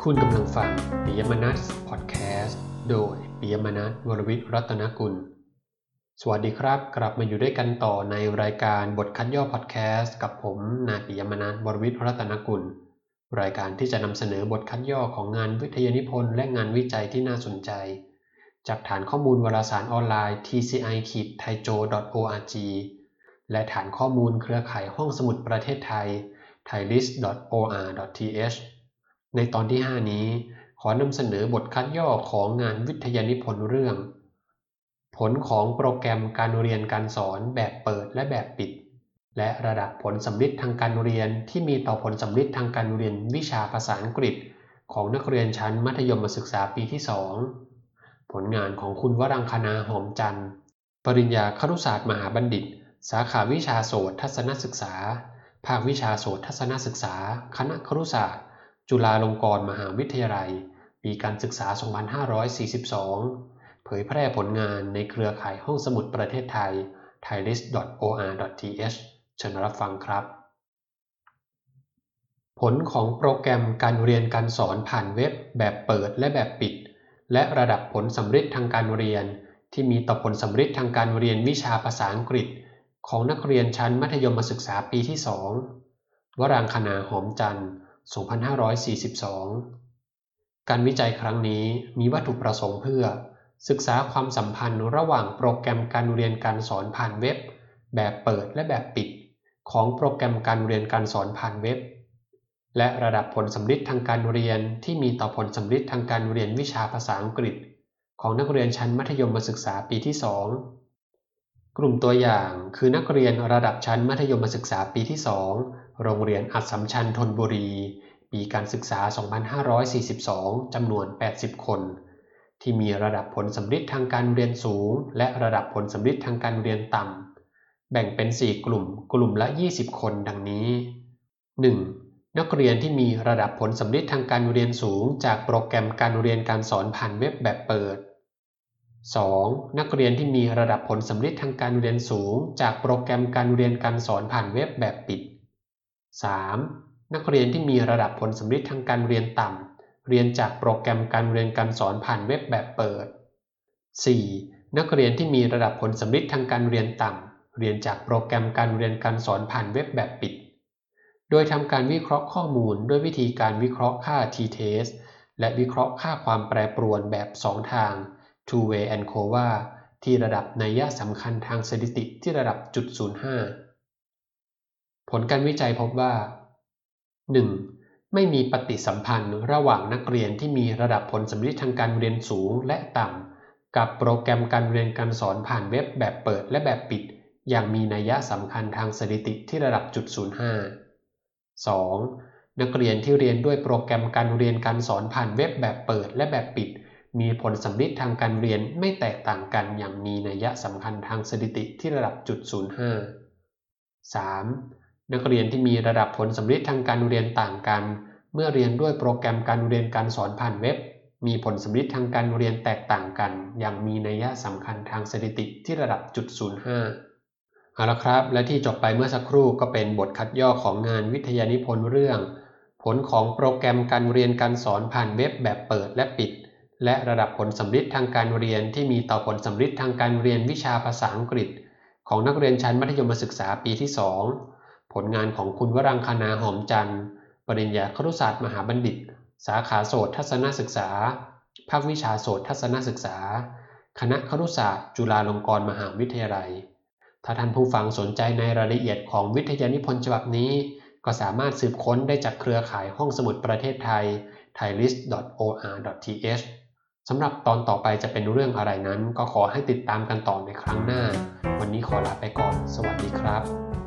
คุณกำลังฟังปิยมนัสพอดแคสต์โดยปิยมนัสวรวิทย์รัตนกุลสวัสดีครับกลับมาอยู่ด้วยกันต่อในรายการบทคัดย่อพอดแคสต์กับผมนายปิยมนัสวรวิทย์รัตนกุลรายการที่จะนำเสนอบทคัดย่อของงานวิทยานิพนธ์และงานวิจัยที่น่าสนใจจากฐานข้อมูลวารสารออนไลน์ tci-thaijo.org และฐานข้อมูลเครือข่ายห้องสมุดประเทศไทย thailist.or.th ในตอนที่ 5 นี้ขอนำเสนอบทคัดย่อของงานวิทยานิพนธ์เรื่องผลของโปรแกรมการเรียนการสอนแบบเปิดและแบบปิดและระดับผลสัมฤทธิ์ทางการเรียนที่มีต่อผลสัมฤทธิ์ทางการเรียนวิชาภาษาอังกฤษของนักเรียนชั้นมัธยมศึกษาปีที่ 2 ผลงานของคุณวรังคณาหอมจันทร์ปริญญาครุศาสตร์มหาบัณฑิตสาขาวิชาโสตทัศนศึกษาภาควิชาโสตทัศนศึกษาคณะครุศาสตร์จุฬาลงกรณ์มหาวิทยาลัยปีการศึกษา 2542 เผยแพร่ผลงานในเครือข่ายห้องสมุดประเทศไทย thailist.or.th เชิญรับฟังครับผลของโปรแกรมการเรียนการสอนผ่านเว็บแบบเปิดและแบบปิดและระดับผลสัมฤทธิ์ทางการเรียนที่มีต่อผลสัมฤทธิ์ทางการเรียนวิชาภาษาอังกฤษของนักเรียนชั้นมัธยมศึกษาปีที่ 2 วรังคณาหอมจันทร์ 2542 การวิจัยครั้งนี้มีวัตถุประสงค์เพื่อศึกษาความสัมพันธ์ระหว่างโปรแกรมการเรียนการสอนผ่านเว็บแบบเปิดและแบบปิดของโปรแกรมการเรียนการสอนผ่านเว็บและระดับผลสัมฤทธิ์ทางการเรียนที่มีต่อผลสัมฤทธิ์ทางการเรียนวิชาภาษาอังกฤษของนักเรียนชั้นมัธยมศึกษาปีที่ 2 กลุ่มตัวอย่างคือนักเรียนระดับชั้นมัธยมศึกษาปีที่ 2 โรงเรียนอัสสัมชัญธนบุรีปีการศึกษา 2542 จำนวน 80 คนที่มีระดับผลสัมฤทธิ์ทางการเรียนสูงและระดับผลสัมฤทธิ์ทางการเรียนต่ำแบ่งเป็น 4 กลุ่มละ 20 คนดังนี้ 1. นักเรียนที่มีระดับผลสัมฤทธิ์ทางการเรียนสูงจากโปรแกรมการเรียนการสอนผ่านเว็บแบบเปิด 2. นักเรียนที่มีระดับผลสัมฤทธิ์ทางการเรียนสูงจากโปรแกรมการเรียนการสอนผ่านเว็บแบบปิด 3. นักเรียนที่มีระดับผลสัมฤทธิ์ทางการเรียนต่ำเรียนจากโปรแกรมการเรียนการสอนผ่านเว็บแบบเปิด 4. นักเรียนที่มีระดับผลสัมฤทธิ์ทางการเรียนต่ำเรียนจากโปรแกรมการเรียนการสอนผ่านเว็บแบบปิดโดยทำการวิเคราะห์ข้อมูลด้วยวิธีการวิเคราะห์ค่า t-test และวิเคราะห์ค่าความแปรปรวนแบบ 2 ทาง two-way ANCOVA ที่ระดับนัยสำคัญทางสถิติที่ระดับ 0.05 ผลการวิจัยพบว่า 1. ไม่มีปฏิสัมพันธ์ระหว่างนักเรียนที่มีระดับผลสัมฤทธิ์ทางการเรียนสูงและต่ำกับโปรแกรมการเรียนการสอนผ่านเว็บแบบเปิดและแบบปิดอย่างมีนัยสำคัญทางสถิติที่ระดับ 0.05 2. นักเรียนที่เรียนด้วยโปรแกรมการเรียนการสอนผ่านเว็บแบบเปิดและแบบปิดมีผลสัมฤทธิ์ทางการเรียนไม่แตกต่างกันอย่างมีนัยสำคัญทางสถิติที่ระดับ 0.05 3. นักเรียนที่มีระดับผลสัมฤทธิ์ทางการเรียนต่างกันเมื่อเรียนด้วยโปรแกรมการเรียนการสอนผ่านเว็บมีผลสัมฤทธิ์ทางการเรียนแตกต่างกันอย่างมีนัยสำคัญทางสถิติที่ระดับ 0.05 เอาละครับและที่จบไปเมื่อสักครู่ก็เป็นบทคัดย่อของงานวิทยานิพนธ์เรื่องผลของโปรแกรมการเรียนการสอนผ่านเว็บแบบเปิดและปิดและระดับผลสัมฤทธิ์ทางการเรียนที่มีต่อผลสัมฤทธิ์ทางการเรียนวิชาภาษาอังกฤษของนักเรียนชั้นมัธยมศึกษาปีที่ 2 ผลงานของคุณวรังคณาหอมจันทร์ปริญญาครุศาสตร์มหาบัณฑิตสาขาโสตทัศนศึกษาภาควิชาโสตทัศนศึกษาคณะครุศาสตร์จุฬาลงกรณ์มหาวิทยาลัยถ้าท่านผู้ฟังสนใจในรายละเอียดของวิทยานิพนธ์ฉบับนี้ก็สามารถสืบค้นได้จากเครือข่ายห้องสมุดประเทศไทย thailist.or.th สำหรับตอนต่อไปจะเป็นเรื่องอะไรนั้นก็ขอให้ติดตามกันต่อในครั้งหน้าวันนี้ขอลาไปก่อนสวัสดีครับ